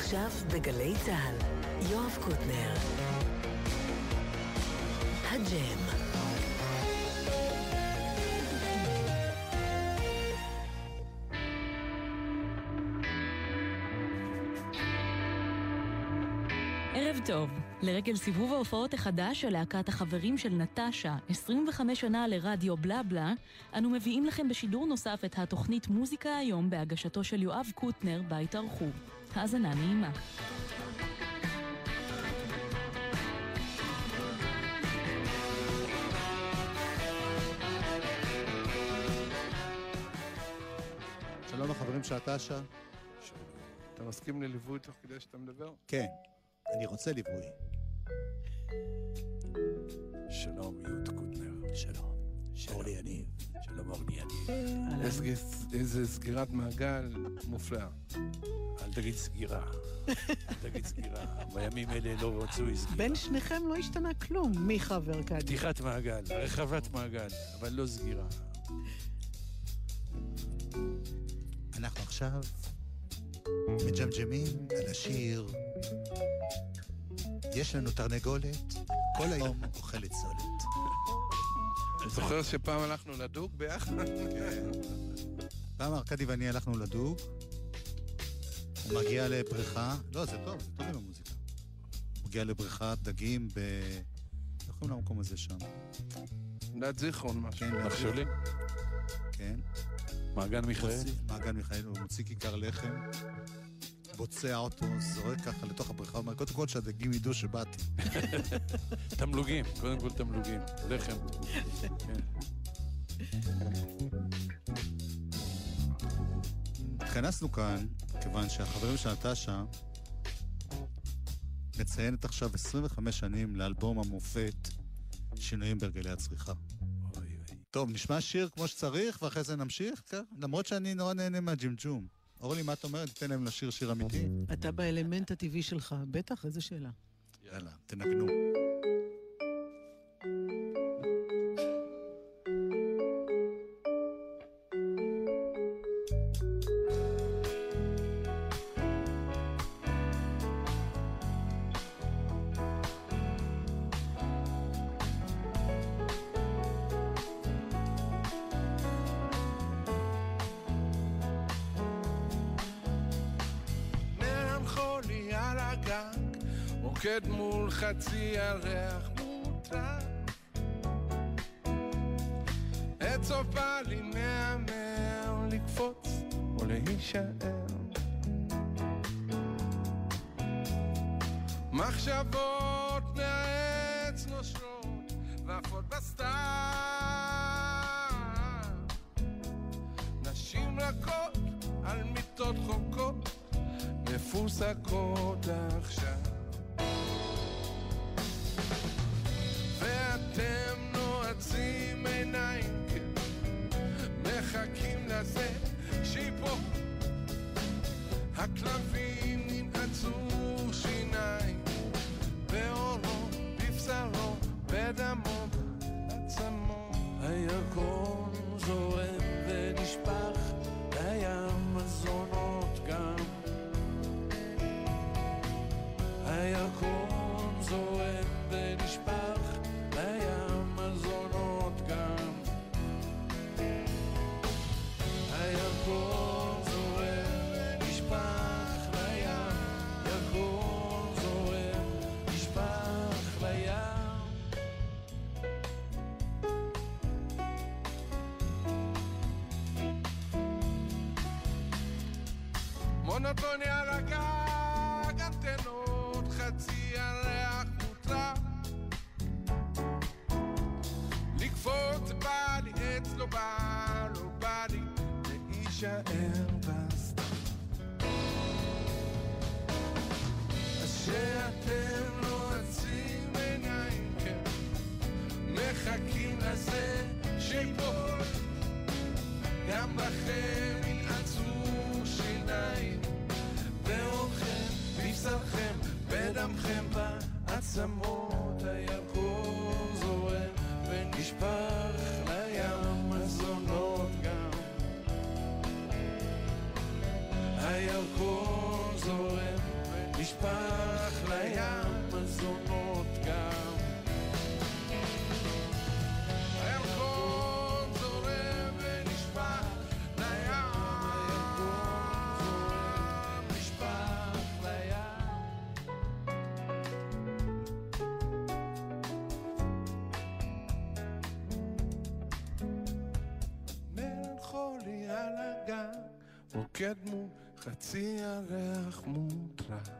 עכשיו בגלי צהל, יואב קוטנר. הג'ם. ערב טוב. לרגל סיבוב ההופעות החדש של להקת החברים של נטשה, 25 שנה לרדיו בלה בלה, אנו מביאים לכם בשידור נוסף את התוכנית מוזיקה היום בהגשתו של יואב קוטנר בהתארחו. האזנה נעימה. שלום לחברים של נטשה. אתה מסכים לליווי תוך כדי שאתה מדבר? כן, אני רוצה ליווי. שלום יהוד קוטנר. שלום. אורלי יניב. שלום אורלי יניב. איזה סגירת מעגל מופלאה. אל תגיד סגירה. אל תגיד סגירה. בימים אלה לא רצוי סגירה. בין שניכם לא השתנה כלום. מי חבר קדימה? פתיחת מעגל, רחבת מעגל, אבל לא סגירה. אנחנו עכשיו מג'מג'מים על השיר יש לנו תרנגולת, כל היום אוכלת סולת. זוכר שפעם הלכנו לדוג ביחד? פעם ארקדי ואני הלכנו לדוג, הוא מגיע לבריכה, לא, זה טוב עם המוזיקה. הוא מגיע לבריכת דגים איך קוראים למקום הזה שם? ליד זיכרון משהו. כן, נחשולים? כן. מעגן מיכאל? מעגן מיכאל, הוא מוציא כיכר לחם, בוצע אותו, זורק ככה לתוך הבריכה, הוא אומר, קודם כל שהדגים ידעו שבאתי. תמלוגים, קודם כל תמלוגים, לחם. התכנסנו כאן, כיוון שהחברים של נטשה מציינת עכשיו 25 שנים לאלבום המופת שינויים בהרגלי הצריכה. טוב, נשמע שיר כמו שצריך, ואחרי זה נמשיך, כן? למרות שאני נורא נהנה מהג'ימג'ום. אורלי, מה את אומרת? תתן להם לשיר שיר אמיתי? אתה באלמנט הטבעי שלך, בטח, איזה שאלה. יאללה, תנגנו. רוקד מול חצי ירח מוטה, את סופה לי מאמר לקפוץ או להישאר, מחשבות מהעץ נושרות ועפות בסתיו, נשים רכות על מיטות חוקות מפוסקות עכשיו, ואתם נועצים עיניים, מחכים לזה שיפו, הכלבים ננעצו שיניים, באורו, בבשרו, בדמו, בעצמו, הירקון זורם ונשפך, לים הזונות גם, הירקון זורם ונשפך, לים הזונות גם, הירקון זורם ונשפך לים, ירקון זורם נשפך לים. מונוטוניה על הגג, אנטנות חצי ירח מוטרף, לקפוץ בא לי, עץ לא בא לי להישאר בסתם, אז שאתם נועצים עיניים, כן, מחכים לזה שיפול, גם לכם ינעצו שיניים, באורכם, בבשרכם, בדמכם, בעצמות, הירקון זורם ונשפך לים הזונות גם, הירקון זורם ונשפך לים מזונות גם. הירקון זורם ונשפך לים, נשפך לים. מלנכולי על הגג רוקד מול חצי ירח מוטרף,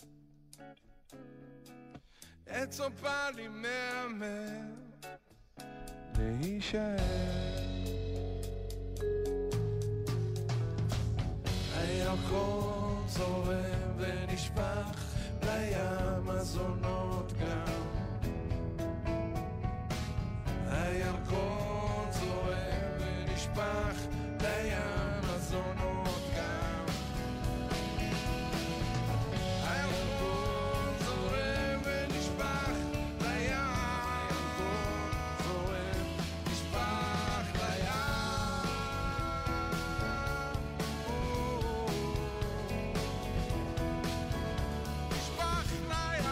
עץ אופלי מהמר להישאר. הירקון זורם ונשפך לים הזונות גם. הירקון זורם ונשפך לים הזונות גם. הירקון זורם ונשפך לים, זורם נשפך לים. נשפך לים.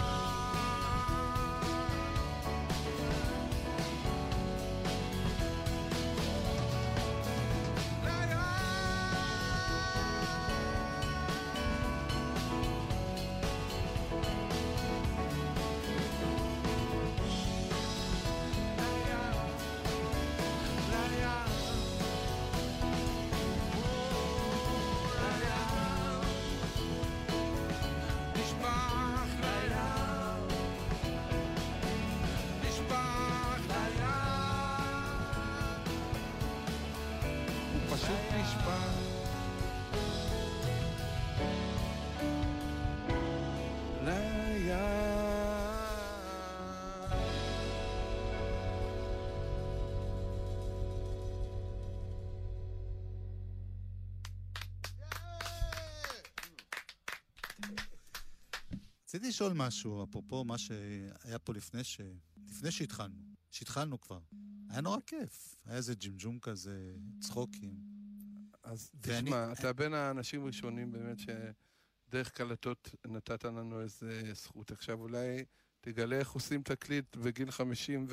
רציתי לשאול משהו, אפרופו מה שהיה פה לפני שהתחלנו כבר. היה נורא כיף. היה איזה ג'ימג'ום כזה, צחוקים. אז תשמע, אתה בין האנשים הראשונים באמת שדרך קלטות נתת לנו איזה זכות. עכשיו אולי תגלה איך עושים תקליט בגיל 50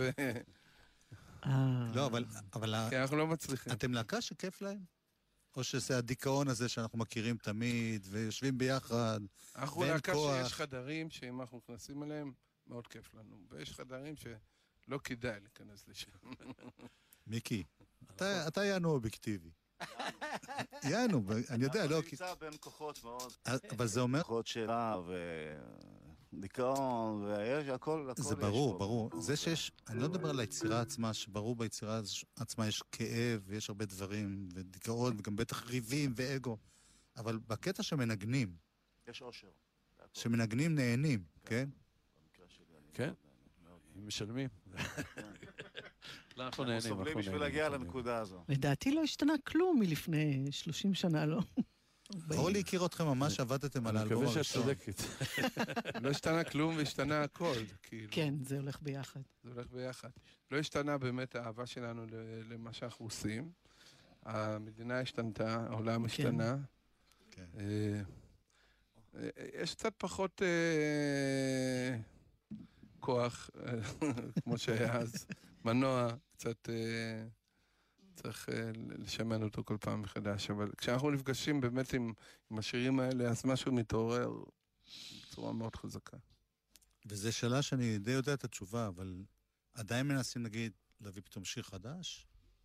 לא, אבל כי אנחנו לא מצליחים. אתם להקה שכיף להם? או שזה הדיכאון הזה שאנחנו מכירים תמיד, ויושבים ביחד, אנחנו להקה שיש חדרים שאם אנחנו נכנסים אליהם, מאוד כיף לנו. ויש חדרים שלא כדאי להיכנס לשם. מיקי, אתה יענו אובייקטיבי. יענו, אני יודע, לא... אני נמצא בין כוחות מאוד... אבל זה אומר... כוחות שלה ודיכאון, ויש הכל... זה ברור, ברור. זה שיש... אני לא מדבר על היצירה עצמה, שברור ביצירה עצמה יש כאב, ויש הרבה דברים, ודיכאון, וגם בטח ריבים ואגו. אבל בקטע שמנגנים... יש אושר. שמנגנים נהנים, כן? במקרה שלי אני... כן? הם משלמים. אנחנו נהנים. אנחנו סובלים בשביל להגיע לנקודה הזו. לדעתי לא השתנה כלום מלפני 30 שנה, לא? אורלי הכיר אתכם ממש, עבדתם על האלבום הראשון. אני מקווה שאת צודקת. לא השתנה כלום והשתנה הכל. כן, זה הולך ביחד. זה הולך ביחד. לא השתנה באמת האהבה שלנו למה שאנחנו עושים. המדינה השתנתה, העולם השתנה. יש קצת פחות כוח, כמו שהיה אז. מנוע, קצת צריך לשמן אותו כל פעם מחדש. אבל כשאנחנו נפגשים באמת עם השירים האלה, אז משהו מתעורר בצורה מאוד חזקה. וזו שאלה שאני די יודע את התשובה, אבל עדיין מנסים, נגיד, להביא פתאום שיר חדש?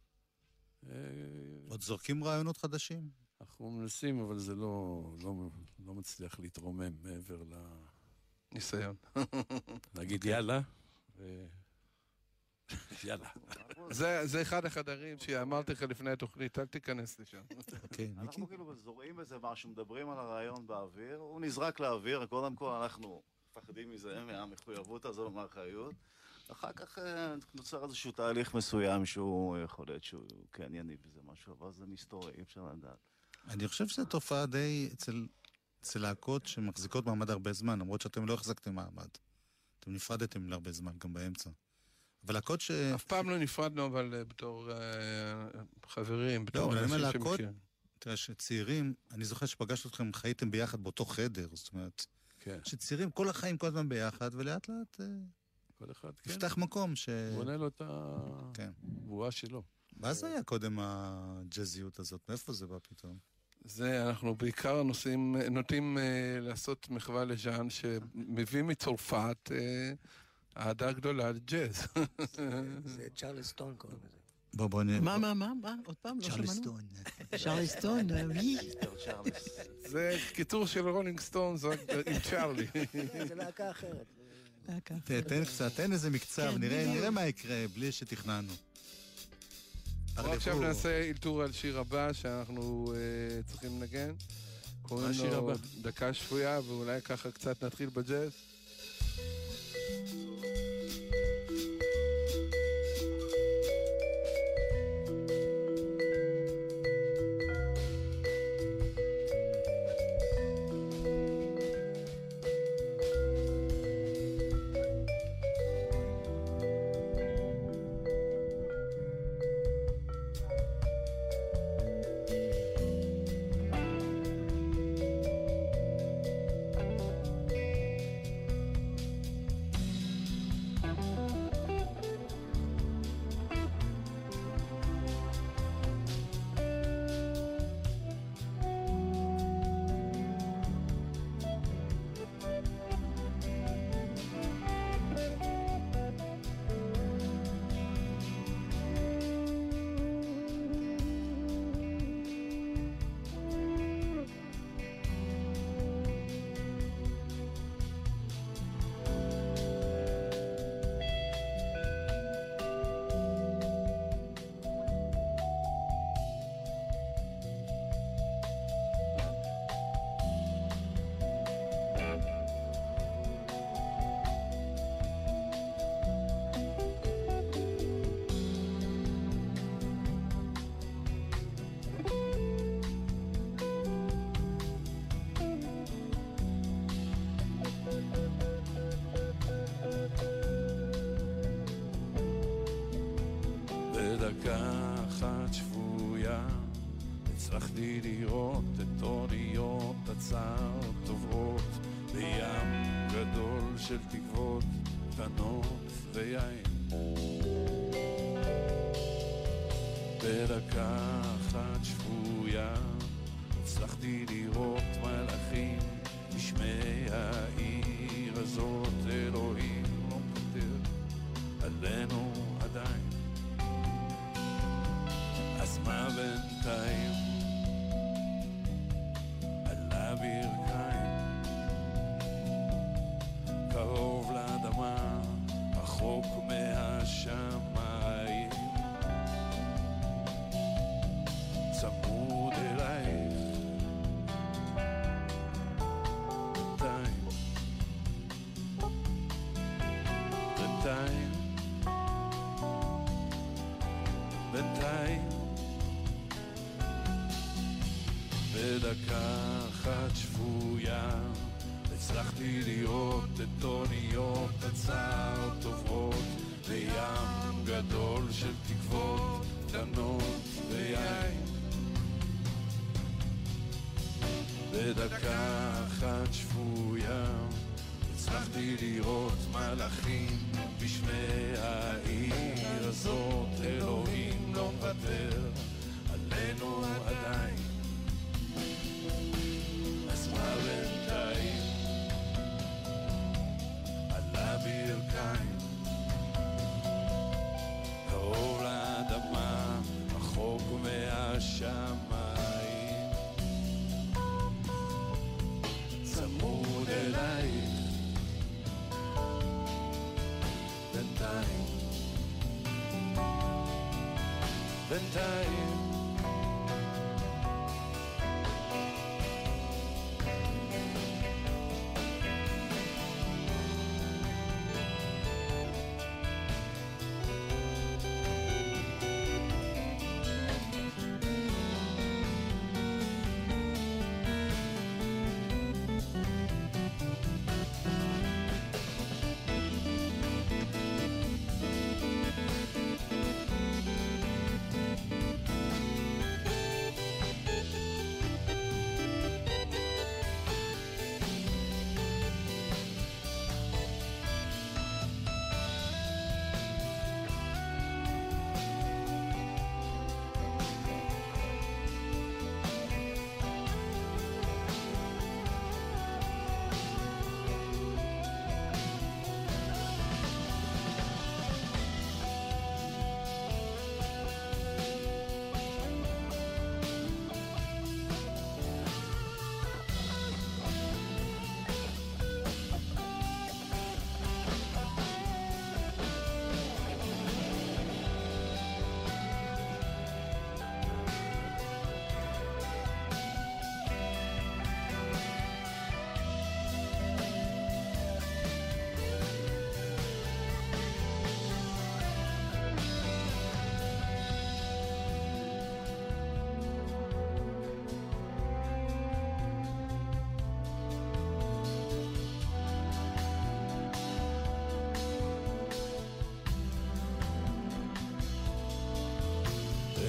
עוד זורקים רעיונות חדשים? אנחנו מנסים, אבל זה לא מצליח להתרומם מעבר ניסיון. נגיד יאללה, יאללה. זה אחד החדרים שאמרתי לך לפני התוכנית, אל תיכנס לשם. אנחנו כאילו זורעים בזה משהו, מדברים על הרעיון באוויר, הוא נזרק לאוויר, קודם כל אנחנו מפחדים מזה, מהמחויבות הזו, מהאחריות. אחר כך נוצר איזשהו תהליך מסוים שהוא יכול להיות שהוא כן יניב בזה משהו, אבל זה מסתורי, אי אפשר לדעת. אני חושב שזו תופעה די אצל להקות שמחזיקות מעמד הרבה זמן, למרות שאתם לא החזקתם מעמד. אתם נפרדתם להרבה זמן, גם באמצע. אבל להקות אף פעם לא נפרדנו, אבל בתור חברים, בתור אנשים שמכירים. תראה, שצעירים, אני זוכר שפגשת אתכם, חייתם ביחד באותו חדר, זאת אומרת, כן. שצעירים כל החיים כל הזמן ביחד, ולאט לאט כל אחד, כן. נפתח מקום הוא עונה לו את כן. הבועה שלו. מה זה היה קודם הג'אזיות הזאת? מאיפה זה בא פתאום? זה, אנחנו בעיקר נוטים לעשות מחווה לז'אן שמביא מצרפת אהדה גדולה לג'אז. זה צ'רלסטון קוראים לזה. בוא נראה. מה? עוד פעם, לא שמענו. צ'רלסטון. צ'רלסטון, זה קיצור של רולינג סטונס עם צ'רלי. זה להקה אחרת. תן קצת, תן איזה מקצב, נראה מה יקרה בלי שתכננו. עכשיו נעשה אילתור על שיר הבא שאנחנו צריכים לנגן. קוראים לו דקה שפויה, ואולי ככה קצת נתחיל בג'אז. בדקה אחת שבויה הצלחתי לראות את אוניות הצער טובעות בים גדול של תקוות קטנות ויין. בדקה אחת שבויה הצלחתי לראות מלאכים בשמי העיר הזאת. אלוהים לא מוותר עלינו עדיין. אז מה בינתיים על הברכיים קרוב לאדמה רחוק מהשמיים צמוד אלייך בינתיים בדקה אחת שבויה הצלחתי לראות את אוניות הצער טובעות בים גדול של תקוות קטנות ויין. בדקה אחת שבויה הצלחתי לראות מלאכים בשמי העיר הזאת. אלוהים לא מוותר עלינו עדיין. אז מה בינתיים על הברכיים קרוב לאדמה רחוק מהשמיים צמוד אלייך בינתיים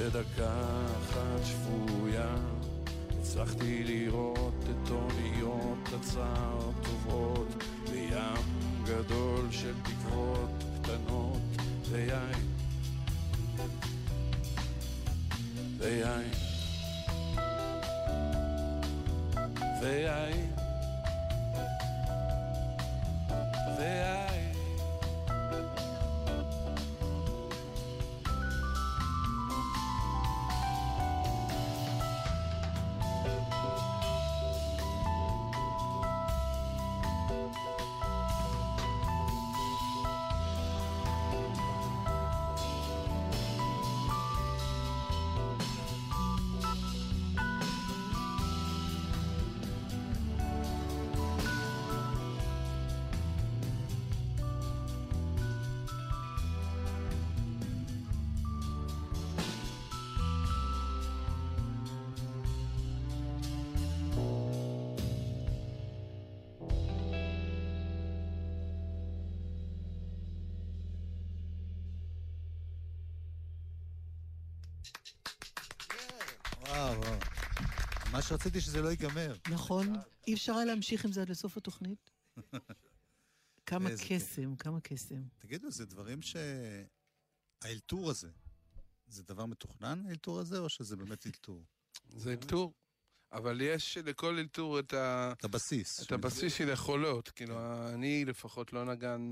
בדקה אחת שפויה הצלחתי לראות את אוניות הצער טובות בים גדול של תקוות קטנות ויין ויין ויין ויין וואו. מה שרציתי שזה לא ייגמר. נכון, אי אפשר היה להמשיך עם זה עד לסוף התוכנית. כמה איזה קסם, כמה קסם. תגידו, זה דברים האלתור הזה, זה דבר מתוכנן, האלתור הזה, או שזה באמת אלתור? זה אלתור, אבל יש לכל אלתור את הבסיס. את הבסיס של יכולות. כאילו, אני לפחות לא נגן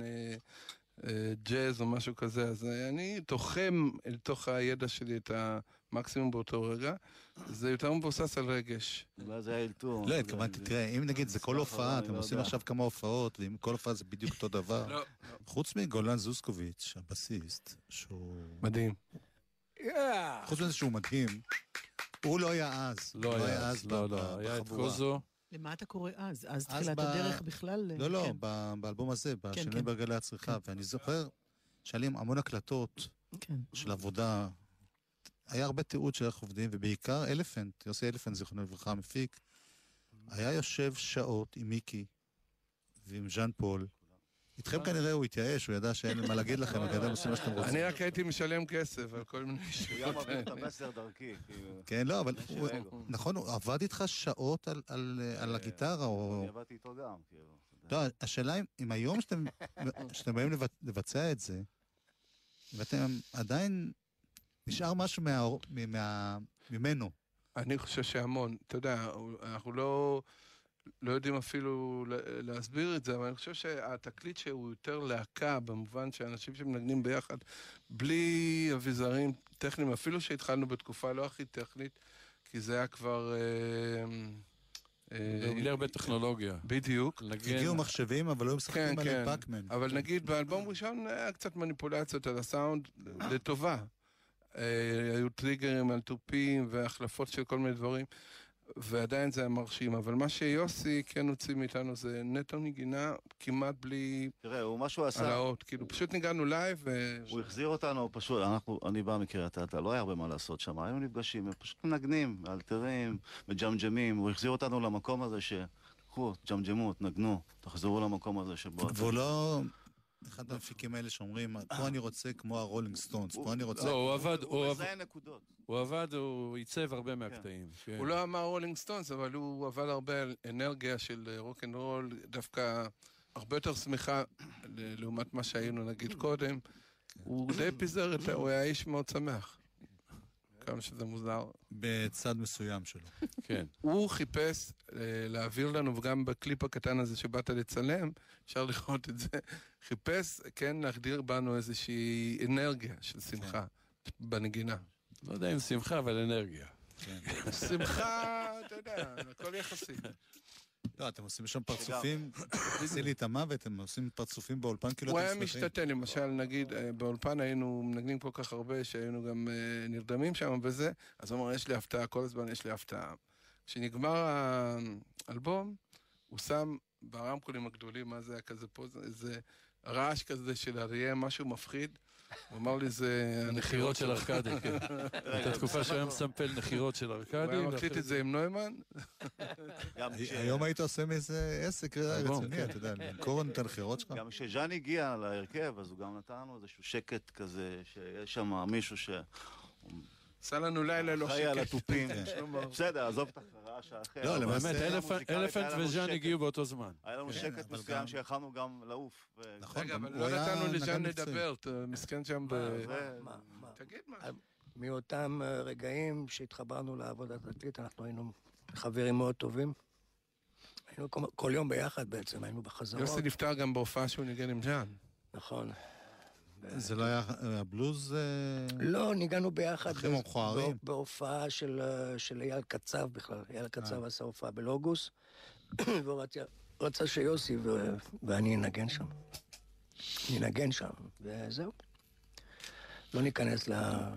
ג'אז או משהו כזה, אז אני תוחם אל תוך הידע שלי את המקסימום באותו רגע. זה יותר מבוסס על רגש. אולי זה האלתור. לא, התכוונתי, תראה, אם נגיד זה כל הופעה, אתם עושים עכשיו כמה הופעות, ואם כל הופעה זה בדיוק אותו דבר. חוץ מגולן זוסקוביץ', הבסיסט, שהוא... מדהים. חוץ מזה שהוא מדהים, הוא לא היה אז. לא היה אז, לא. היה את קוזו. למה אתה קורא אז? אז תחילת הדרך בכלל? לא, באלבום הזה, בשינויים ברגלי הצריכה, ואני זוכר שהיה לי המון הקלטות של עבודה, היה הרבה תיעוד של איך עובדים, ובעיקר אלפנט, יוסי אלפנט, זיכרונו לברכה, המפיק, היה יושב שעות עם מיקי ועם ז'אן פול. איתכם כנראה הוא התייאש, הוא ידע שאין לי מה להגיד לכם, אבל אתם עושים מה שאתם רוצים. אני רק הייתי משלם כסף על כל מיני הוא היה מעביר את המסר דרכי. כן, לא, אבל נכון, הוא עבד איתך שעות על הגיטרה, או... אני עבדתי איתו גם, כאילו. לא, השאלה אם היום שאתם באים לבצע את זה, ואתם עדיין נשאר משהו ממנו. אני חושב שהמון. אתה יודע, אנחנו לא יודעים אפילו להסביר את זה, אבל אני חושב שהתקליט שהוא יותר להקה, במובן שאנשים שמנגנים ביחד, בלי אביזרים טכניים, אפילו שהתחלנו בתקופה לא הכי טכנית, כי זה היה כבר... בלי הרבה טכנולוגיה. בדיוק. הגיעו מחשבים, אבל לא משחקים עליהם פאקמן. אבל נגיד, באלבום ראשון היה קצת מניפולציות על הסאונד לטובה. היו טריגרים על טופים והחלפות של כל מיני דברים. ועדיין זה היה מרשים, אבל מה שיוסי כן הוציא מאיתנו זה נטו נגינה כמעט בלי... תראה, הוא מה שהוא עשה... העלאות, כאילו פשוט ניגענו לייב הוא החזיר אותנו פשוט, אני בא מקריית אתא, לא היה הרבה מה לעשות שם, היינו נפגשים, פשוט מנגנים, מאלתרים, מג'מג'מים, הוא החזיר אותנו למקום הזה קחו, ג'מג'מו, תנגנו, תחזרו למקום הזה שבו... והוא לא... אחד המפיקים האלה שאומרים, פה אני רוצה כמו הרולינג סטונס, פה אני רוצה... לא, הוא עבד, הוא עבד, הוא ייצב הרבה מהקטעים. הוא לא אמר רולינג סטונס, אבל הוא עבד הרבה על אנרגיה של רוק אנד רול, דווקא הרבה יותר שמחה לעומת מה שהיינו נגיד קודם. הוא די פיזר את... הוא היה איש מאוד שמח. כמה שזה מוזר. בצד מסוים שלו. כן. הוא חיפש להעביר לנו, וגם בקליפ הקטן הזה שבאת לצלם, אפשר לראות את זה, חיפש, כן, להחדיר בנו איזושהי אנרגיה של שמחה בנגינה. לא יודע אם שמחה, אבל אנרגיה. שמחה, אתה יודע, הכל יחסי. לא, אתם עושים שם פרצופים, עשי לי את המוות, אתם עושים פרצופים באולפן כאילו הוא אתם היה שמחים. משתתן, למשל, נגיד, באולפן היינו מנגנים כל כך הרבה, שהיינו גם נרדמים שם וזה, אז הוא אמר, יש לי הפתעה, כל הזמן יש לי הפתעה. כשנגמר האלבום, הוא שם ברמקולים הגדולים, מה זה היה כזה פה, איזה רעש כזה של אריה, משהו מפחיד. הוא אמר לי, זה הנחירות של ארקדי, כן. את התקופה שהיום מסמפל נחירות של ארקדי. הוא היה מקליט את זה עם נוימן. היום היית עושה מאיזה עסק רציני, אתה יודע, למכור את הנחירות שלך. גם כשז'אן הגיע להרכב, אז הוא גם נתן לנו איזשהו שקט כזה, שיש שם מישהו עשה לנו לילה לא אחראי על שקט. התופים. בסדר, עזוב את הרעש האחר. לא, אבל למעשה, באמת, המוזיקלית אלפנט היה לנו וז'אן שקט. הגיעו באותו זמן. היה לנו כן, שקט אבל מסוים גם- שיכלנו גם לעוף. נכון, רגע, גם אבל הוא לא היה נתנו נגן לז'אן מקצועי. לדבר, אתה מסכן שם ב... תגיד משהו. מאותם רגעים שהתחברנו לעבודת התקליט, אנחנו היינו חברים מאוד טובים. היינו כל יום ביחד בעצם, היינו בחזרות. יוסי נפטר גם בהופעה שהוא ניגן עם ז'אן. נכון. זה לא היה הבלוז... לא, ניגענו ביחד אחים מכוערים. בהופעה של אייל קצב בכלל. אייל קצב עשה הופעה בלוגוס, והוא רצה שיוסי ואני נגן שם. ננגן שם, וזהו. לא ניכנס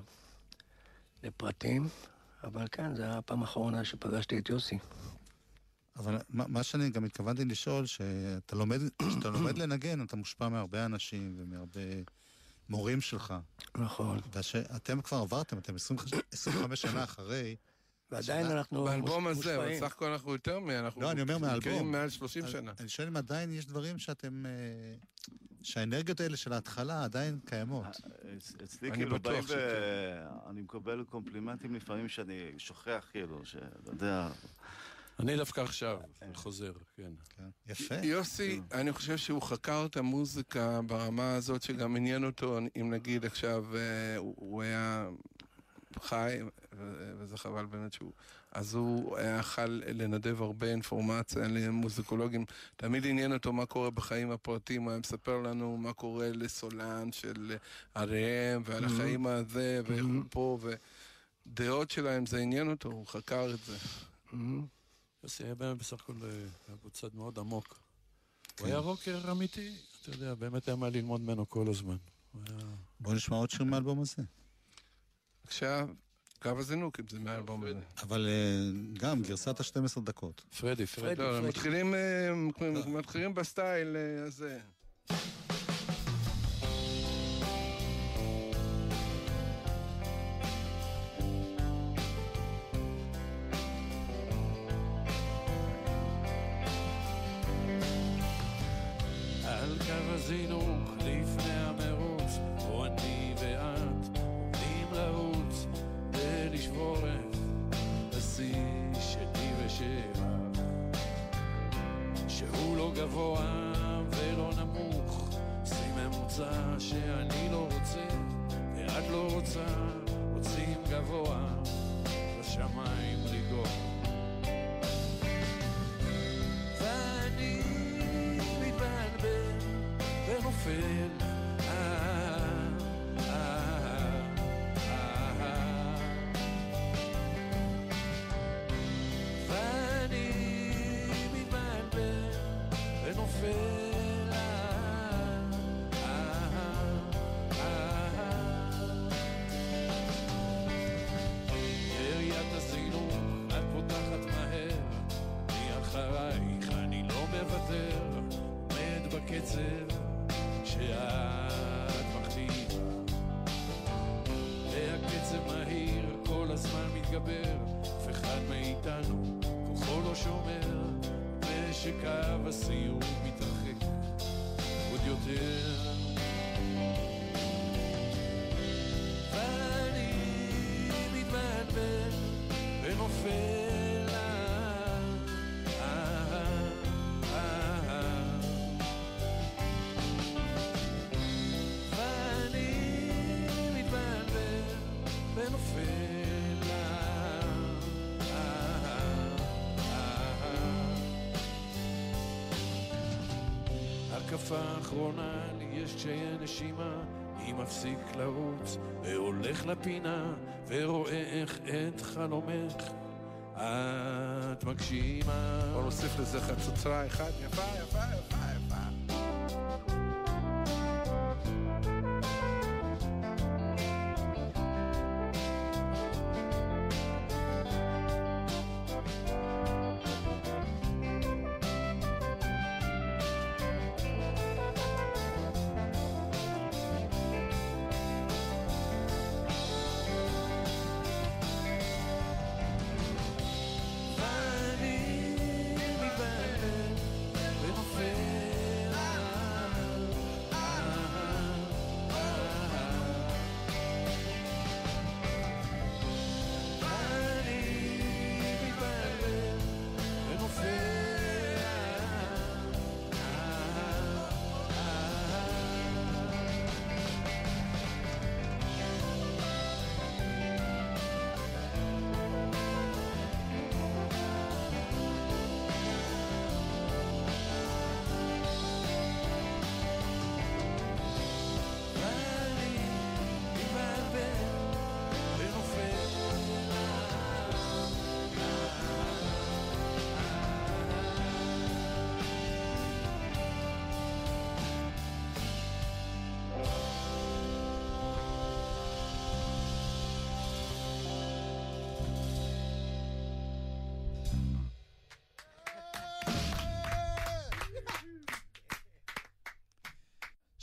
לפרטים, אבל כן, זו הפעם האחרונה שפגשתי את יוסי. אבל מה שאני גם התכוונתי לשאול, שאתה לומד לנגן, אתה מושפע מהרבה אנשים ומהרבה מורים שלך. נכון. ושאתם כבר עברתם, אתם 25 שנה אחרי. ועדיין אנחנו באלבום הזה, מושפעים. אבל סך הכל אנחנו יותר אנחנו לא, אני אומר מהאלבום. מכירים מעל 30 שנה. אני שואל אם עדיין יש דברים שאתם... שהאנרגיות האלה של ההתחלה עדיין קיימות. אצלי אני כאילו בטוח באים שכן. אני מקבל קומפלימנטים לפעמים שאני שוכח כאילו, שאתה יודע... אני דווקא עכשיו חוזר, כן. כן. יפה. יוסי, אני חושב שהוא חקר את המוזיקה ברמה הזאת שגם עניין אותו, אם נגיד עכשיו הוא היה חי, וזה חבל באמת שהוא... אז הוא היה יכול לנדב הרבה אינפורמציה למוזיקולוגים. תמיד עניין אותו מה קורה בחיים הפרטיים, הוא היה מספר לנו מה קורה לסולן של הראם, ועל החיים הזה, ואיך הוא פה, ודעות שלהם, זה עניין אותו, הוא חקר את זה. יוסי היה באמת בסך הכל בצד מאוד עמוק. הוא היה רוקר אמיתי, אתה יודע, באמת היה מה ללמוד ממנו כל הזמן. בוא נשמע עוד שיר מהאלבום הזה. עכשיו, קו הזינוק, אם זה מהאלבום הזה. אבל גם גרסת ה-12 דקות. פרדי. לא, מתחילים בסטייל הזה. על קו הזינוק לפני המרוץ, או אני ואת עומדים לרוץ ולשבור את השיא שלי ושלך, שהוא לא גבוה ולא נמוך, שיא ממוצע שאני לא רוצה ואת לא רוצה, רוצים גבוה לשמיים לגוע, ואני מתבלבל ונופל ואני מתבלבל ונופל יריית הזינוק את פותחת מהר, אני אחרייך אני לא מוותר, עומד בקצב שאת מכתיבה, והקצב מהיר כל הזמן מתגבר, אף אחד מאיתנו כוחו לא שומר, ושקו הסיום מתרחק עוד יותר, ואני מתבלבל ונופל הקפה האחרונה לי יש קשיי נשימה, היא מפסיק לרוץ והולך לפינה, ורואה איך את חלומך את מגשימה. בוא נוסיף לזה חצוצרה אחד, יפה, יפה, יפה, יפה.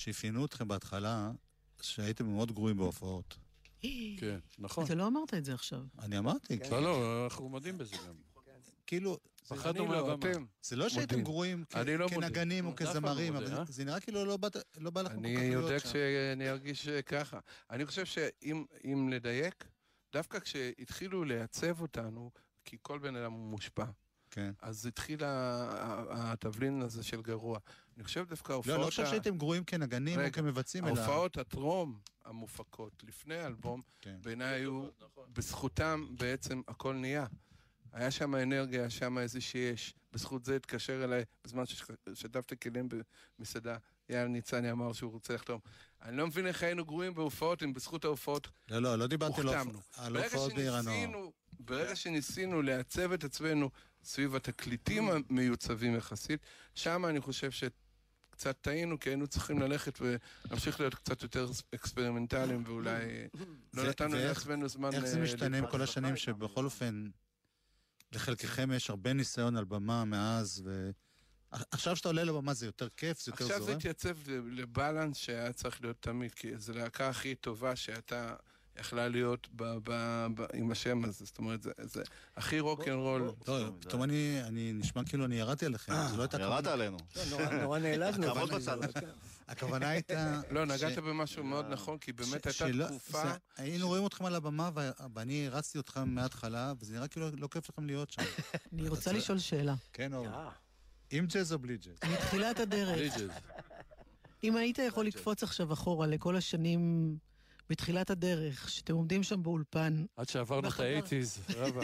שאפיינו אתכם בהתחלה, שהייתם מאוד גרועים בהופעות. כן, נכון. אתה לא אמרת את זה עכשיו. אני אמרתי, לא, לא, אנחנו מודים בזה גם. כאילו, פחדנו מהבמה. זה לא שהייתם גרועים כנגנים או כזמרים, אבל זה נראה כאילו לא בא לכם כל כך אני להיות יודע שם. שאני ארגיש ככה. אני חושב שאם לדייק, דווקא כשהתחילו לייצב אותנו, כי כל בן אדם הוא מושפע, כן. אז התחיל התבלין הזה של גרוע. אני חושב דווקא לא, ההופעות... לא חושב שהייתם גרועים כנגנים או כמבצעים, אלא... ההופעות הטרום המופקות לפני האלבום, בעיניי היו, בזכותם בעצם הכל נהיה. היה שם אנרגיה, היה שם איזה שיש. בזכות זה התקשר אליי, בזמן ששטפתי כלים במסעדה, יאל ניצני אמר שהוא רוצה לחתום. אני לא מבין איך היינו גרועים בהופעות, אם בזכות ההופעות לא דיברתי על הופעות בעיר הנוער. ברגע שניסינו לעצב את עצמנו סביב התקליטים המיוצבים יחסית, שם אני חושב שקצת טעינו, כי היינו צריכים ללכת ולהמשיך להיות קצת יותר אקספרימנטליים, ואולי לא נתנו לעצמנו זמן... איך זה משתנה עם כל השנים שבכל אופן לחלקכם יש הרבה ניסיון על במה מאז, עכשיו שאתה עולה לבמה זה יותר כיף, זה יותר זורם? עכשיו זה התייצב לבלנס שהיה צריך להיות תמיד, כי זו להקה הכי טובה שאתה יכלה להיות עם השם הזה, זאת אומרת, זה הכי רוק'נ'רול. לא, פתאום אני נשמע כאילו אני ירדתי עליכם, זה לא הייתה כוונה. ירדת עלינו. נורא נעלזנו. הכוונה הייתה... לא, נגעת במשהו מאוד נכון, כי באמת הייתה תקופה... היינו רואים אתכם על הבמה, ואני רצתי אתכם מההתחלה, וזה נראה כאילו לא כיף לכם להיות שם. אני רוצה לשאול שאלה. כן, אור. עם ג'אז או בלי ג'אז? מתחילת הדרך. אם היית יכול לקפוץ עכשיו אחורה לכל השנים בתחילת הדרך, שאתם עומדים שם באולפן... עד שעברנו את ה-80s, רבה.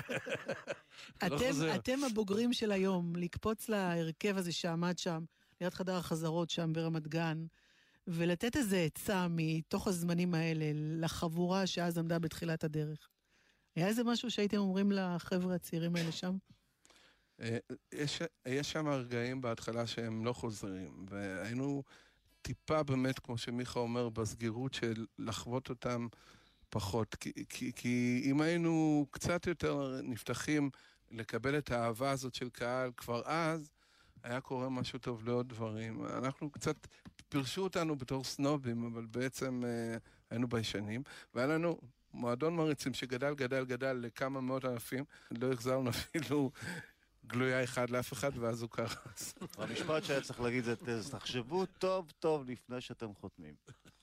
אתם הבוגרים של היום, לקפוץ להרכב הזה שעמד שם, ליד חדר החזרות שם ברמת גן, ולתת איזה עצה מתוך הזמנים האלה לחבורה שאז עמדה בתחילת הדרך. היה איזה משהו שהייתם אומרים לחבר'ה הצעירים האלה שם? יש שם רגעים בהתחלה שהם לא חוזרים, והיינו טיפה באמת, כמו שמיכה אומר, בסגירות של לחוות אותם פחות. כי אם היינו קצת יותר נפתחים לקבל את האהבה הזאת של קהל, כבר אז היה קורה משהו טוב לעוד דברים. אנחנו קצת פרשו אותנו בתור סנובים, אבל בעצם היינו ביישנים, והיה לנו מועדון מריצים שגדל, גדל לכמה מאות אלפים, לא החזרנו אפילו גלויה אחד לאף אחד, ואז הוא קרס. המשפט שהיה צריך להגיד זה, תחשבו טוב לפני שאתם חותמים.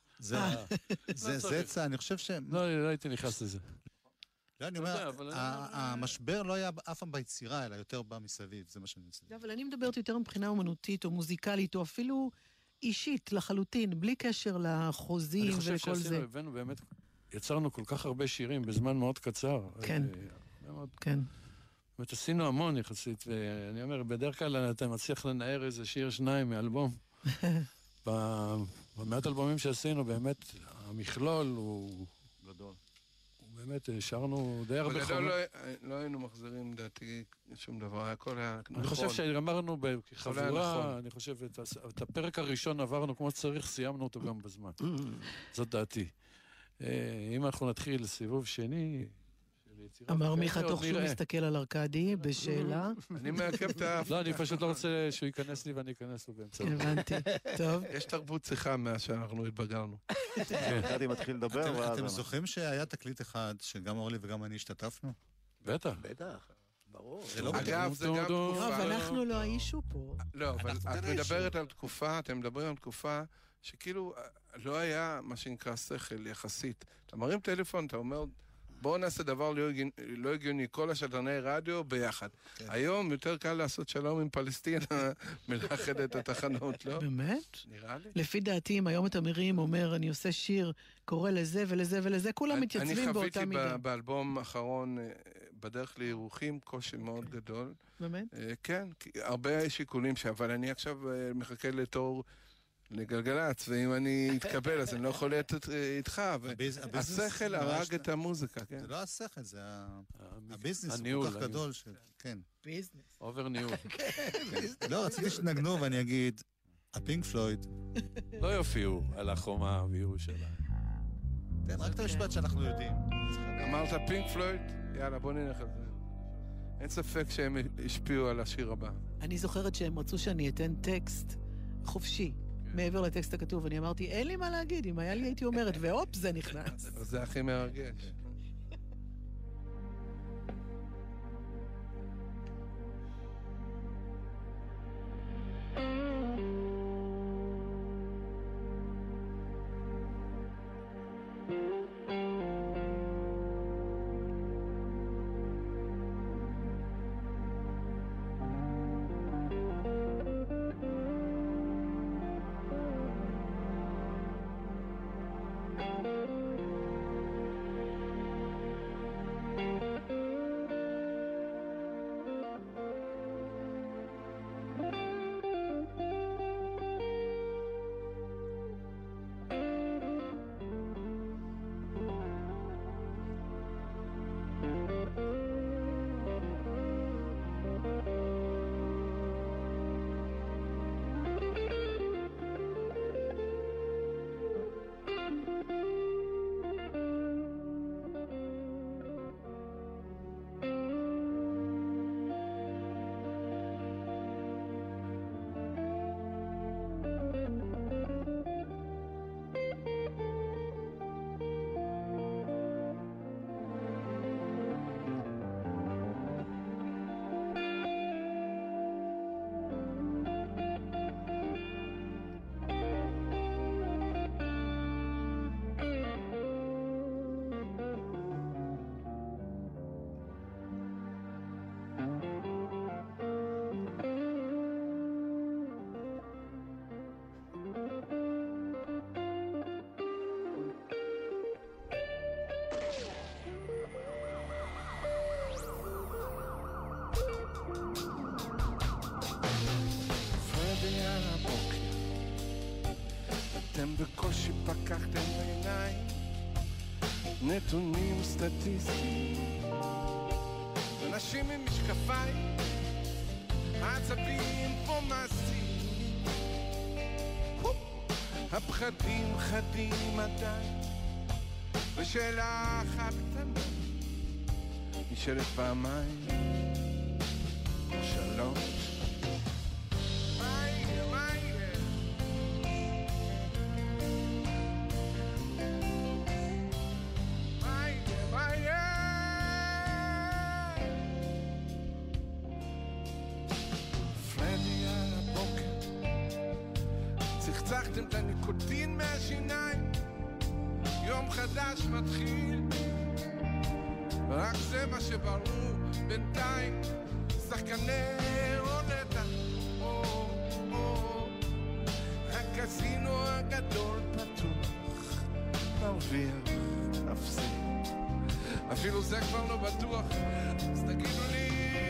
זה צע, אני חושב ש... לא הייתי נכנס לזה. לא, אני אומר, המשבר לא היה אף פעם ביצירה, אלא יותר בא מסביב, זה מה שאני רוצה. לא, אבל אני מדברת יותר מבחינה אומנותית או מוזיקלית, או אפילו אישית לחלוטין, בלי קשר לחוזים וכל זה. אני חושב שעשינו, הבאנו באמת, יצרנו כל כך הרבה שירים בזמן מאוד קצר. כן, כן. באמת עשינו המון יחסית, ואני אומר, בדרך כלל אתה מצליח לנער איזה שיר שניים מאלבום. במעט אלבומים שעשינו, באמת, המכלול הוא... גדול. באמת, שרנו די הרבה חומר. בגדול לא היינו מחזירים, לדעתי, שום דבר, הכל היה נכון. אני חושב שאמרנו כחבורה, אני חושב, את הפרק הראשון עברנו כמו שצריך, סיימנו אותו גם בזמן. זאת דעתי. אם אנחנו נתחיל סיבוב שני... אמר מיכה תוך שהוא מסתכל על ארקדי בשאלה. אני מעכב את האף. לא, אני פשוט לא רוצה שהוא ייכנס לי ואני אכנס לו באמצע. הבנתי, טוב. יש תרבות שיחה מאז שאנחנו התבגרנו. ארקדי מתחיל לדבר. אתם זוכרים שהיה תקליט אחד שגם אורלי וגם אני השתתפנו? בטח. בטח, ברור. אגב, זה גם תקופה. אבל אנחנו לא האישו פה. לא, אבל את מדברת על תקופה, אתם מדברים על תקופה שכאילו לא היה מה שנקרא שכל יחסית. אתה מרים טלפון, אתה אומר... בואו נעשה דבר לא הגיוני, כל השדרני רדיו ביחד. היום יותר קל לעשות שלום עם פלסטינה מלאחד את התחנות, לא? באמת? נראה לי. לפי דעתי, אם היום אתה מרים, אומר, אני עושה שיר, קורא לזה ולזה ולזה, כולם מתייצבים באותה מידה. אני חוויתי באלבום האחרון, בדרך לירוחים, קושי מאוד גדול. באמת? כן, הרבה שיקולים, אבל אני עכשיו מחכה לתור... לגלגלץ, ואם אני אתקבל, אז אני לא יכול להיות איתך, והשכל הרג את המוזיקה, כן. זה לא השכל, זה הביזנס, הוא כל כך גדול, כן. ביזנס. עובר ניהול. לא, רציתי שתנגנו ואני אגיד, הפינק פלויד. לא יופיעו על החומה בירושלים. תן רק את המשפט שאנחנו יודעים. אמרת פינק פלויד? יאללה, בוא נלך על זה. אין ספק שהם השפיעו על השיר הבא. אני זוכרת שהם רצו שאני אתן טקסט חופשי. מעבר לטקסט הכתוב. אני אמרתי, אין לי מה להגיד, אם היה לי הייתי אומרת, והופ, זה נכנס. זה הכי מרגש. אתם בקושי פקחתם בעיניים נתונים סטטיסטיים אנשים עם משקפיים עצבים פה מעשים הפחדים חדים עדיין ושאלה אחת קטנה נשאלת פעמיים או שלוש צחצחתם את הניקוטין מהשיניים יום חדש מתחיל רק זה מה שברור בינתיים שחקני רולטה הקזינו הגדול פתוח מרוויח אפסי אפילו זה כבר לא בטוח אז תגידו לי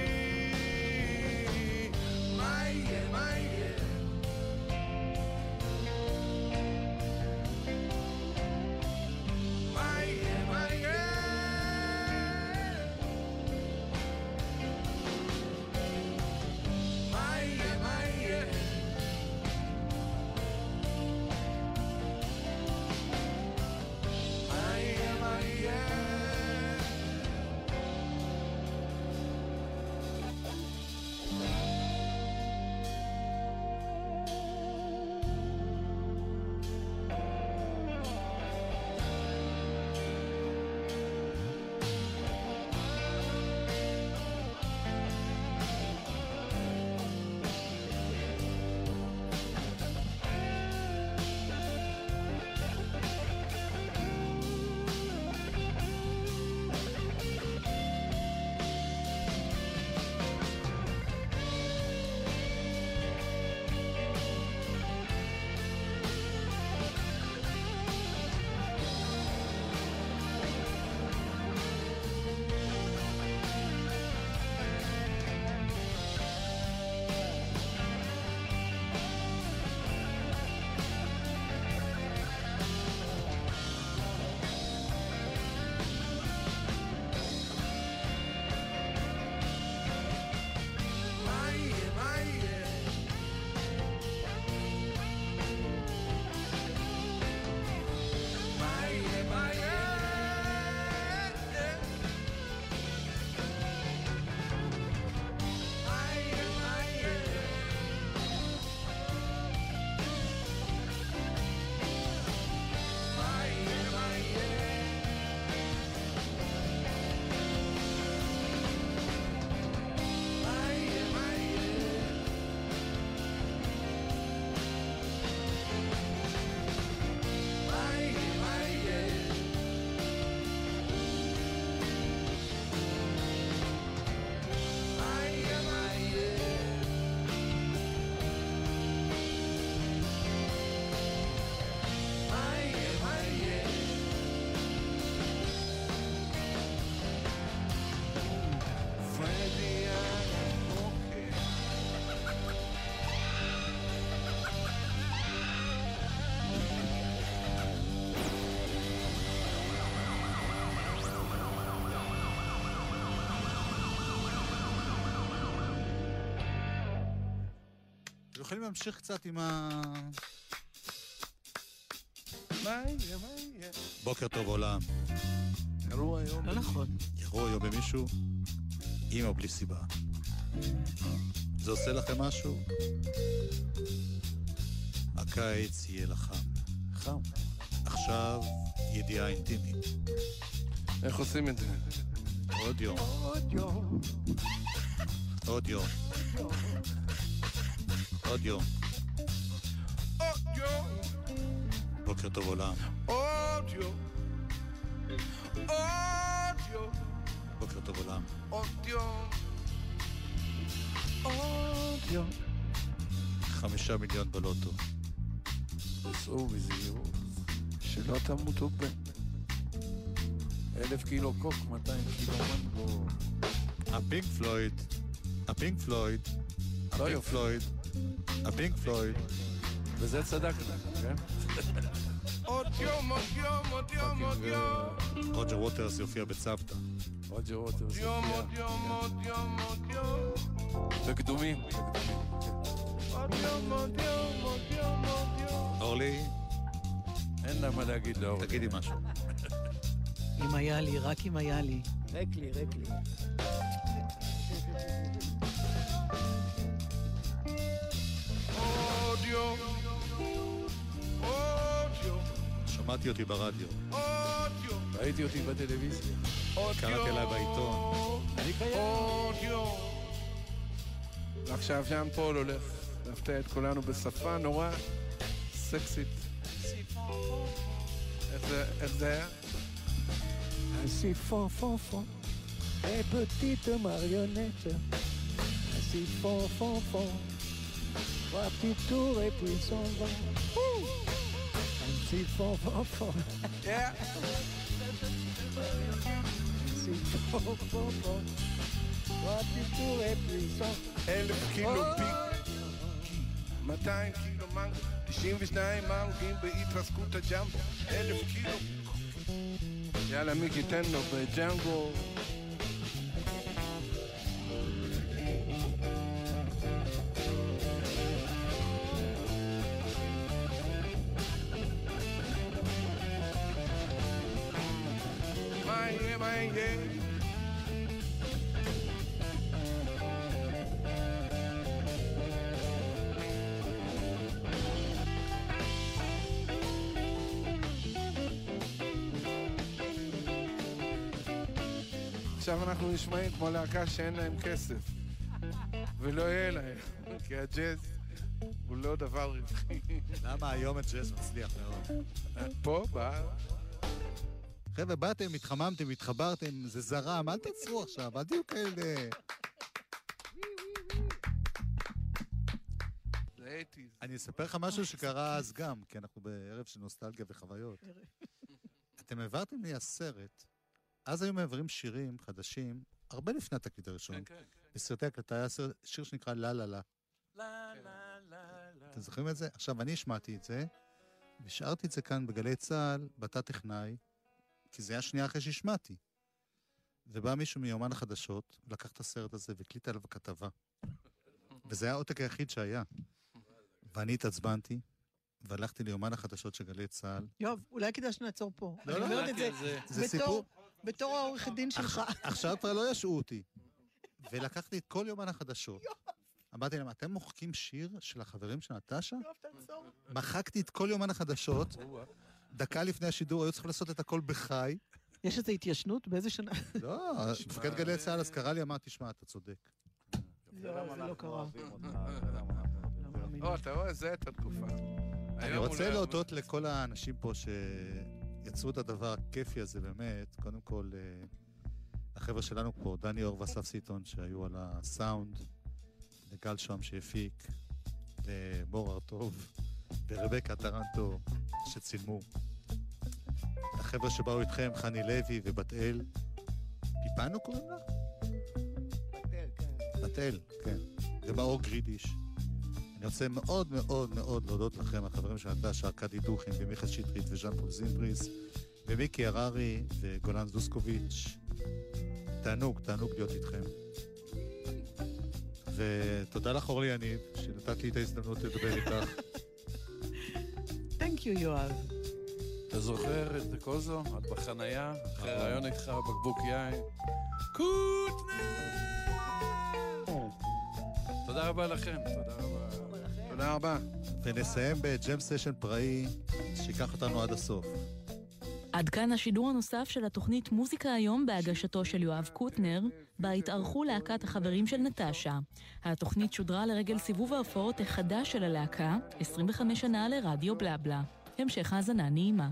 מה יהיה מה יהיה יכולים להמשיך קצת עם מה יהיה? בוקר טוב עולם. ירו היום. לא נכון. ירו היום במישהו, עם או בלי סיבה. זה עושה לכם משהו? הקיץ יהיה לחם. חם. עכשיו ידיעה אינטימית. איך עושים את זה? עוד יום. עוד יום. עוד יום. עוד יום. עוד יום. בוקר טוב עולם. עוד יום. עוד יום. בוקר טוב עולם. עוד יום. עוד יום. 5 מיליון בלוטו. תסעו בזהירות. שלא תמותו ב... 1,000 קילו קוק, 200 קילו מנגו. הפינק פלויד. הפינק פלויד. הפינק פלויד. הפינק פלויד. וזה צדקנו, כן? עוד יום, עוד יום, עוד יום, עוד יום. רוג'ר ווטרס יופיע בצוותא. רוג'ר ווטרס. יום, עוד יום, עוד יום, עוד יום. בקדומים. עוד יום, עוד יום, עוד יום, עוד יום. אורלי, אין לה מה להגיד לאור. תגידי משהו. אם היה לי, רק אם היה לי. ריק לי. עוד יום. עוד יום. שמעתי אותי ברדיו. עוד יום. ראיתי אותי בטלוויזיה. עוד יום. קראתי עליי בעיתון. אני קיים. עוד יום. ועכשיו ז'אן פול הולך להפתיע את כולנו בשפה נורא סקסית. איך זה היה? Assis fond, et petite marionnette. Assis fond, 3 petits tours et puis ils s'en vont. Assis fond. Yeah. Assis fond, 3 petits tours et puis ils s'en vont. 1,000 קילו פיק, 200 קילו מנגו, 92 מנגים בהתרסקות הג'מבו, 1,000 קילו. יאללה מיקי תן לו בג'נגו. מה יהיה? עכשיו אנחנו נשמעים כמו להקה שאין להם כסף ולא יהיה להם, כי הג'אז הוא לא דבר רווחי. למה היום הג'אז מצליח מאוד? פה, בארץ. חבר'ה, באתם, התחממתם, התחברתם, זה זרם, אל תעצרו עכשיו, אל תהיו כאלה. זה 80s. אני אספר לך משהו שקרה אז גם, כי אנחנו בערב של נוסטלגיה וחוויות. אתם העברתם לי הסרט, אז היו מעברים שירים חדשים, הרבה לפני התקליט הראשון. בסרטי הקלטה היה שיר שנקרא לה לה לה. אתם זוכרים את זה? עכשיו, אני השמעתי את זה, ושארתי את זה כאן בגלי צהל, בתא טכנאי, כי זה היה שנייה אחרי שהשמעתי. ובא מישהו מיומן החדשות, לקח את הסרט הזה והקליט עליו כתבה. וזה היה העותק היחיד שהיה. ואני התעצבנתי, והלכתי ליומן החדשות של גלי צהל. יוב, אולי כדאי שנעצור פה. לא, אני לא, אומרת את זה סיפור. בתור העורך דין שלך. עכשיו כבר לא ישעו אותי. ולקחתי את כל יומן החדשות. אמרתי להם, אתם מוחקים שיר של החברים של נטשה? יוב, תעצור. מחקתי את כל יומן החדשות. דקה לפני השידור, היו צריכים לעשות את הכל בחי. יש איזו התיישנות? באיזה שנה? לא, מפקד גלי צהל אז קרא לי, אמרתי, שמע, אתה צודק. לא, זה לא קרה. אתה רואה, זה את התקופה. אני רוצה להודות לכל האנשים פה שיצרו את הדבר הכיפי הזה, באמת. קודם כל, החבר'ה שלנו פה, דני אור ואסף סיטון, שהיו על הסאונד, לגל שוהם שהפיק, למור ארטוב, ורבקה טרנטו, שצילמו. החבר'ה שבאו איתכם, חני לוי ובת אל. פיפנו קוראים לה? בת אל, כן. ומאור גרידיש. אני רוצה מאוד מאוד מאוד להודות לכם, החברים של נטשה, ארכדי דוכין ומיכה שטרית וז'אן פול זימבריס, ומיקי הררי וגולן זוסקוביץ'. תענוג להיות איתכם. ותודה לך אורלי יניב, שנתת לי את ההזדמנות לדבר איתך. Thank you, יואב. אתה זוכר את קוזו? את בחנייה, אחרי רעיון איתך, בקבוק יין. קוטנר! תודה רבה לכם, תודה רבה. תודה רבה. ונסיים בג'ם סשן פראי, שיקח אותנו עד הסוף. עד כאן השידור הנוסף של התוכנית מוזיקה היום בהגשתו של יואב קוטנר, בה התארחו להקת החברים של נטשה. התוכנית שודרה לרגל סיבוב ההופעות החדש של הלהקה, 25 שנה לרדיו בלבלה. המשך האזנה נעימה.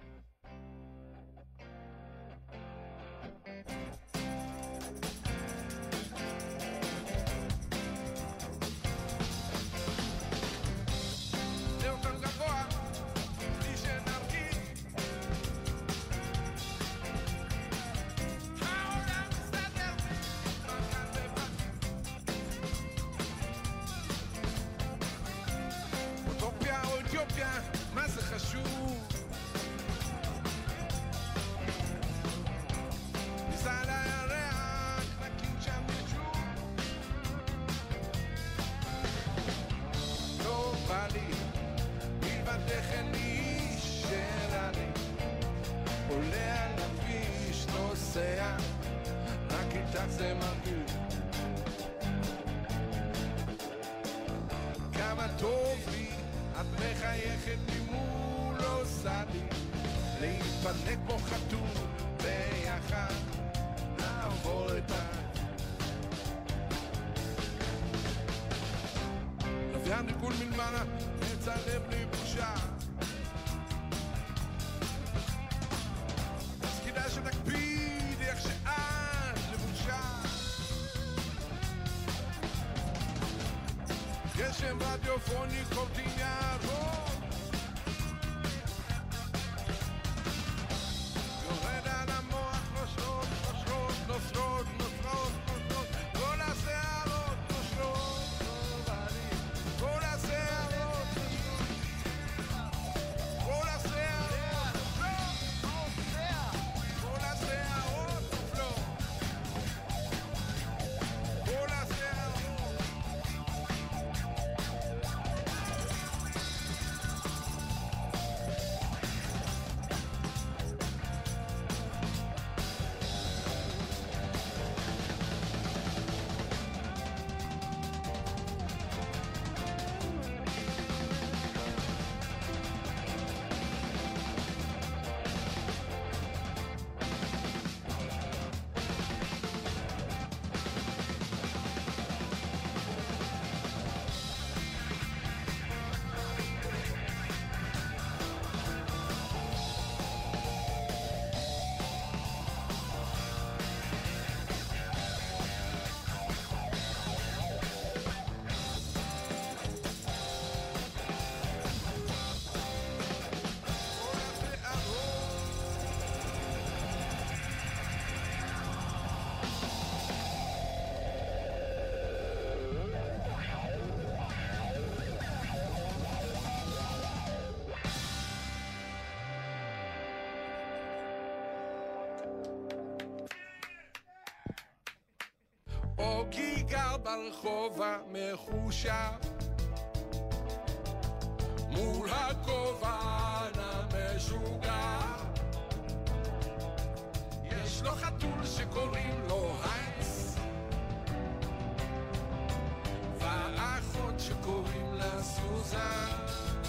מה זה חשוב? ניסה לירח, נקים שם ישוב. לא בא לי, מלבדך אין לי איש שלני. עולה על הכביש, נוסע, רק איתך זה מרגיש. כמה טוב לי, את מחייכת ממול, עושה לי להתפנק כמו חתול ביחד לעבור את לוויין מכל מלמעלה, מצלם בלי בושה. אז כדאי שנקפיד איך שאת לבושה. גשם רדיופוני קולטים יערות, יורד על המוח, נושרות, נושרות, נושרות, נושרות, נושרות, כל השערות נושרות, כל השערות נושרות, כל השערות נופלות, כל השערות נופלות, כל השערות. אוגי גר ברחוב המחושב מול הכובן המשוגע, יש לו חתול שקוראים לו היינץ ואחות שקוראים לה סוזן.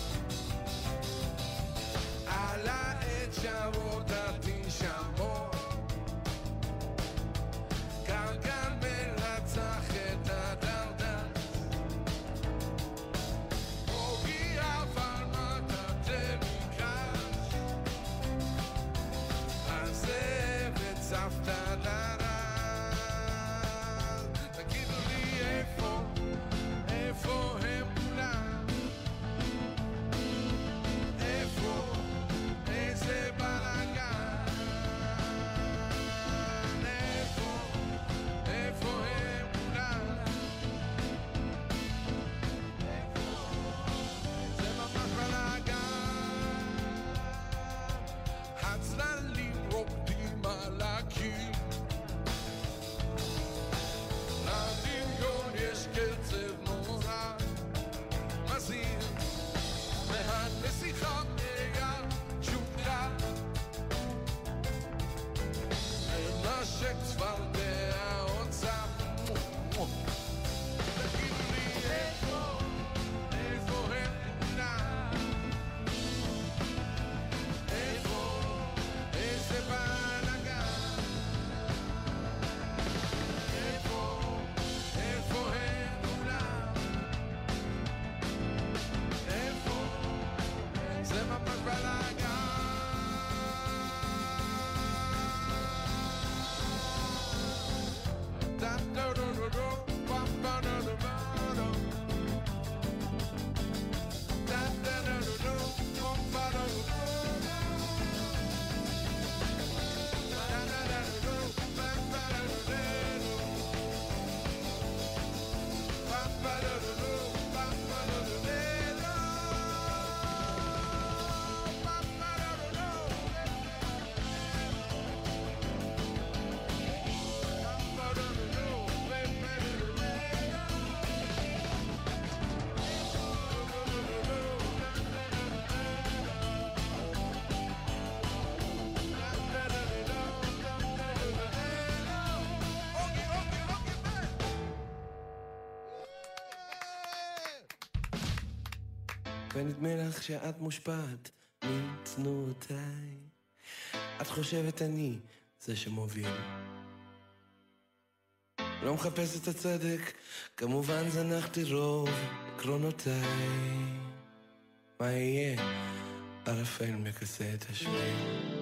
על העץ שרות התנשמות גרגן מרצח את הדרדס, ונדמה לך שאת מושפעת מתנועותיי. את חושבת אני זה שמוביל, לא מחפש את הצדק, כמובן זנחתי רוב עקרונותיי. מה יהיה? ערפל מכסה את השביל.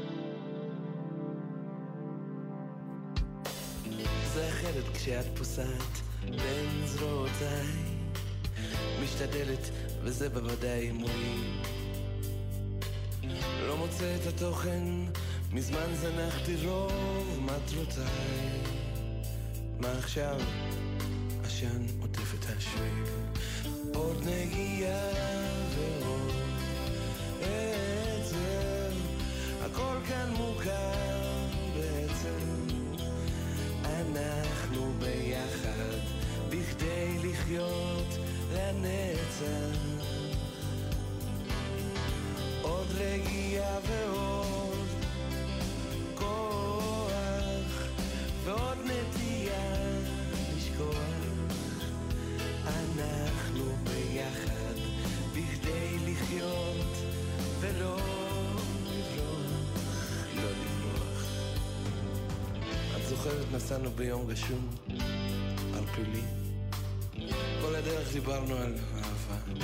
זה אחרת כשאת פוסעת בין זרועותיי, משתדלת וזה בוודאי מועיל. לא מוצא את התוכן, מזמן זנחתי רוב מטרותיי. מה עכשיו? עשן עוטף את השביל, עוד נגיעה ועוד עצב, הכל כאן מוכר בעצם. אנחנו ביחד בכדי לחיות לנצח, עוד רגיעה ועוד כוח ועוד נטייה לשכוח. אנחנו ביחד בכדי לחיות ולא לברוח, לא לברוח. את זוכרת נסענו ביום גשום ערפילי, כל הדרך דיברנו על אהבה.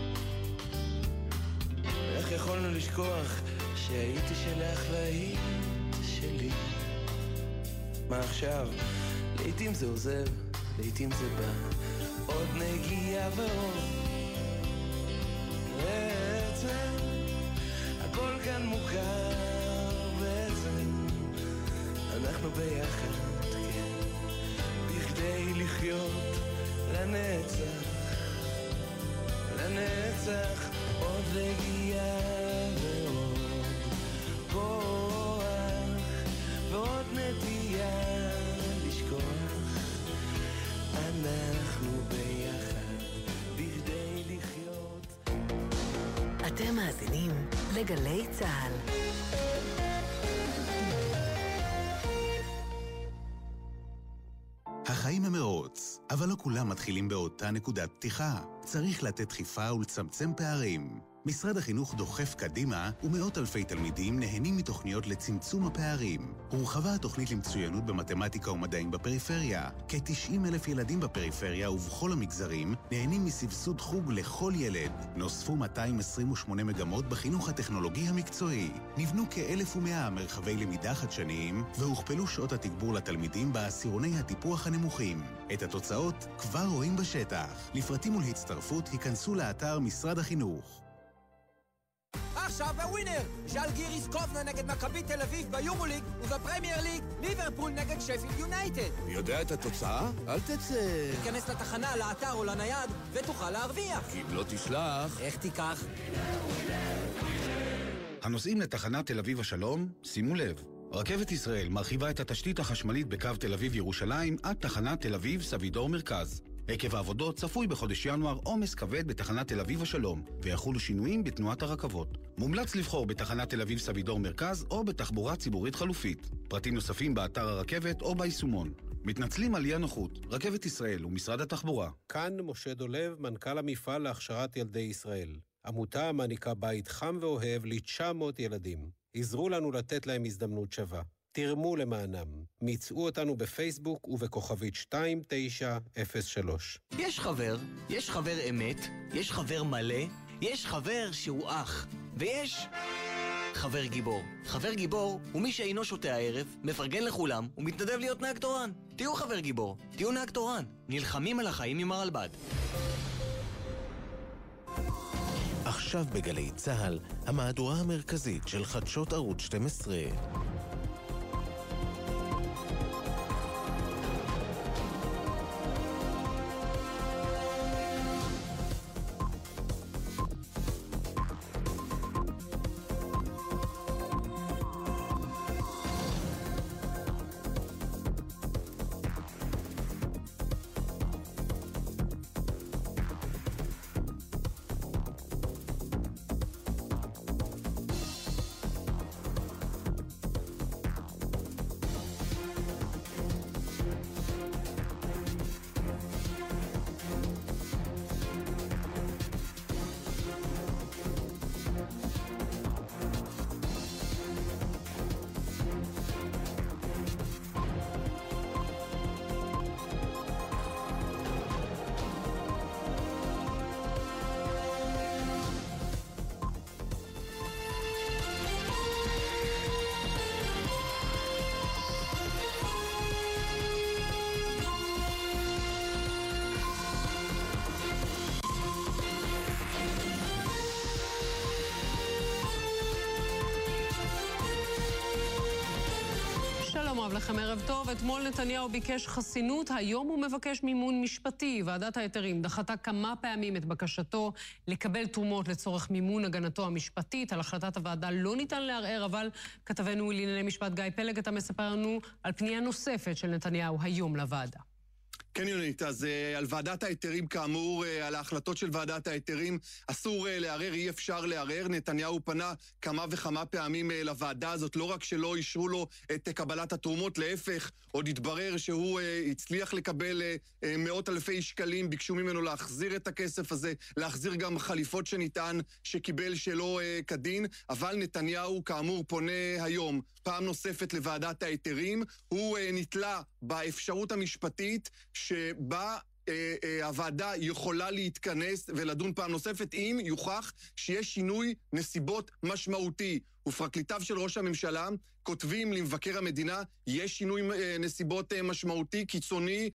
איך יכולנו לשכוח שהייתי שלך והיית שלי? מה עכשיו? לעתים זה עוזב, לעתים זה בא, עוד נגיעה ועוד בעצם, הכל כאן מוכר בעצם. אנחנו ביחד, כן, בכדי לחיות לנצח, לנצח. עוד רגיעה ועוד כוח ועוד נטייה לשכוח. אנחנו ביחד בכדי לחיות. אתם מאזינים לגלי צהל. החיים הם מרוץ, אבל לא כולם מתחילים באותה נקודת פתיחה. צריך לתת דחיפה ולצמצם פערים. משרד החינוך דוחף קדימה, ומאות אלפי תלמידים נהנים מתוכניות לצמצום הפערים. הורחבה התוכנית למצוינות במתמטיקה ומדעים בפריפריה. כ-90,000 ילדים בפריפריה ובכל המגזרים נהנים מסבסוד חוג לכל ילד. נוספו 228 מגמות בחינוך הטכנולוגי המקצועי. נבנו כ-1,100 מרחבי למידה חדשניים, והוכפלו שעות התגבור לתלמידים בעשירוני הטיפוח הנמוכים. את התוצאות כבר רואים בשטח. לפרטים ולהצטרפות היכנסו לאתר משרד החינוך. עכשיו בווינר, ז'לגיריס קובנה נגד מכבי תל אביב ביורוליג, ובפרמייר ליג ליברפול נגד שפילד יונייטד. יודע את התוצאה? אל תצא. תיכנס לתחנה, לאתר או לנייד ותוכל להרוויח. כי אם לא תשלח... איך תיקח? הנוסעים לתחנת תל אביב השלום, שימו לב. רכבת ישראל מרחיבה את התשתית החשמלית בקו תל אביב ירושלים עד תחנת תל אביב סבידור מרכז. עקב העבודות צפוי בחודש ינואר עומס כבד בתחנת תל אביב השלום, ויחולו שינויים בתנועת הרכבות. מומלץ לבחור בתחנת תל אביב סבידור מרכז או בתחבורה ציבורית חלופית. פרטים נוספים באתר הרכבת או ביישומון. מתנצלים על אי הנוחות, רכבת ישראל ומשרד התחבורה. כאן משה דולב, מנכ"ל המפעל להכשרת ילדי ישראל. עמותה מעניקה בית חם ואוהב ל-900 ילדים. עזרו לנו לתת להם הזדמנות שווה. תרמו למענם. מצאו אותנו בפייסבוק ובכוכבית 2903. יש חבר אמת, יש חבר מלא, יש חבר שהוא אח, ויש חבר גיבור. חבר גיבור הוא מי שאינו שותה הערב, מפרגן לכולם ומתנדב להיות נהג תורן. תהיו חבר גיבור, תהיו נהג תורן. נלחמים על החיים עם הרלב"ד. עכשיו בגלי צהל, המהדורה המרכזית של חדשות ערוץ 12. מואב לכם ערב טוב. אתמול נתניהו ביקש חסינות, היום הוא מבקש מימון משפטי. ועדת ההיתרים דחתה כמה פעמים את בקשתו לקבל תרומות לצורך מימון הגנתו המשפטית. על החלטת הוועדה לא ניתן לערער, אבל כתבנו לענייני משפט גיא פלג, אתה מספר לנו על פנייה נוספת של נתניהו היום לוועדה. כן יונית, אז על ועדת ההיתרים כאמור, על ההחלטות של ועדת ההיתרים אסור לערער, אי אפשר לערער. נתניהו פנה כמה וכמה פעמים לוועדה הזאת, לא רק שלא אישרו לו את קבלת התרומות, להפך, עוד התברר שהוא הצליח לקבל מאות אלפי שקלים, ביקשו ממנו להחזיר את הכסף הזה, להחזיר גם חליפות שניתן, שקיבל שלא כדין, אבל נתניהו כאמור פונה היום פעם נוספת לוועדת ההיתרים, הוא נתלה באפשרות המשפטית שבה הוועדה יכולה להתכנס ולדון פעם נוספת אם יוכח שיש שינוי נסיבות משמעותי. ופרקליטיו של ראש הממשלה כותבים למבקר המדינה, יש שינוי נסיבות משמעותי, קיצוני,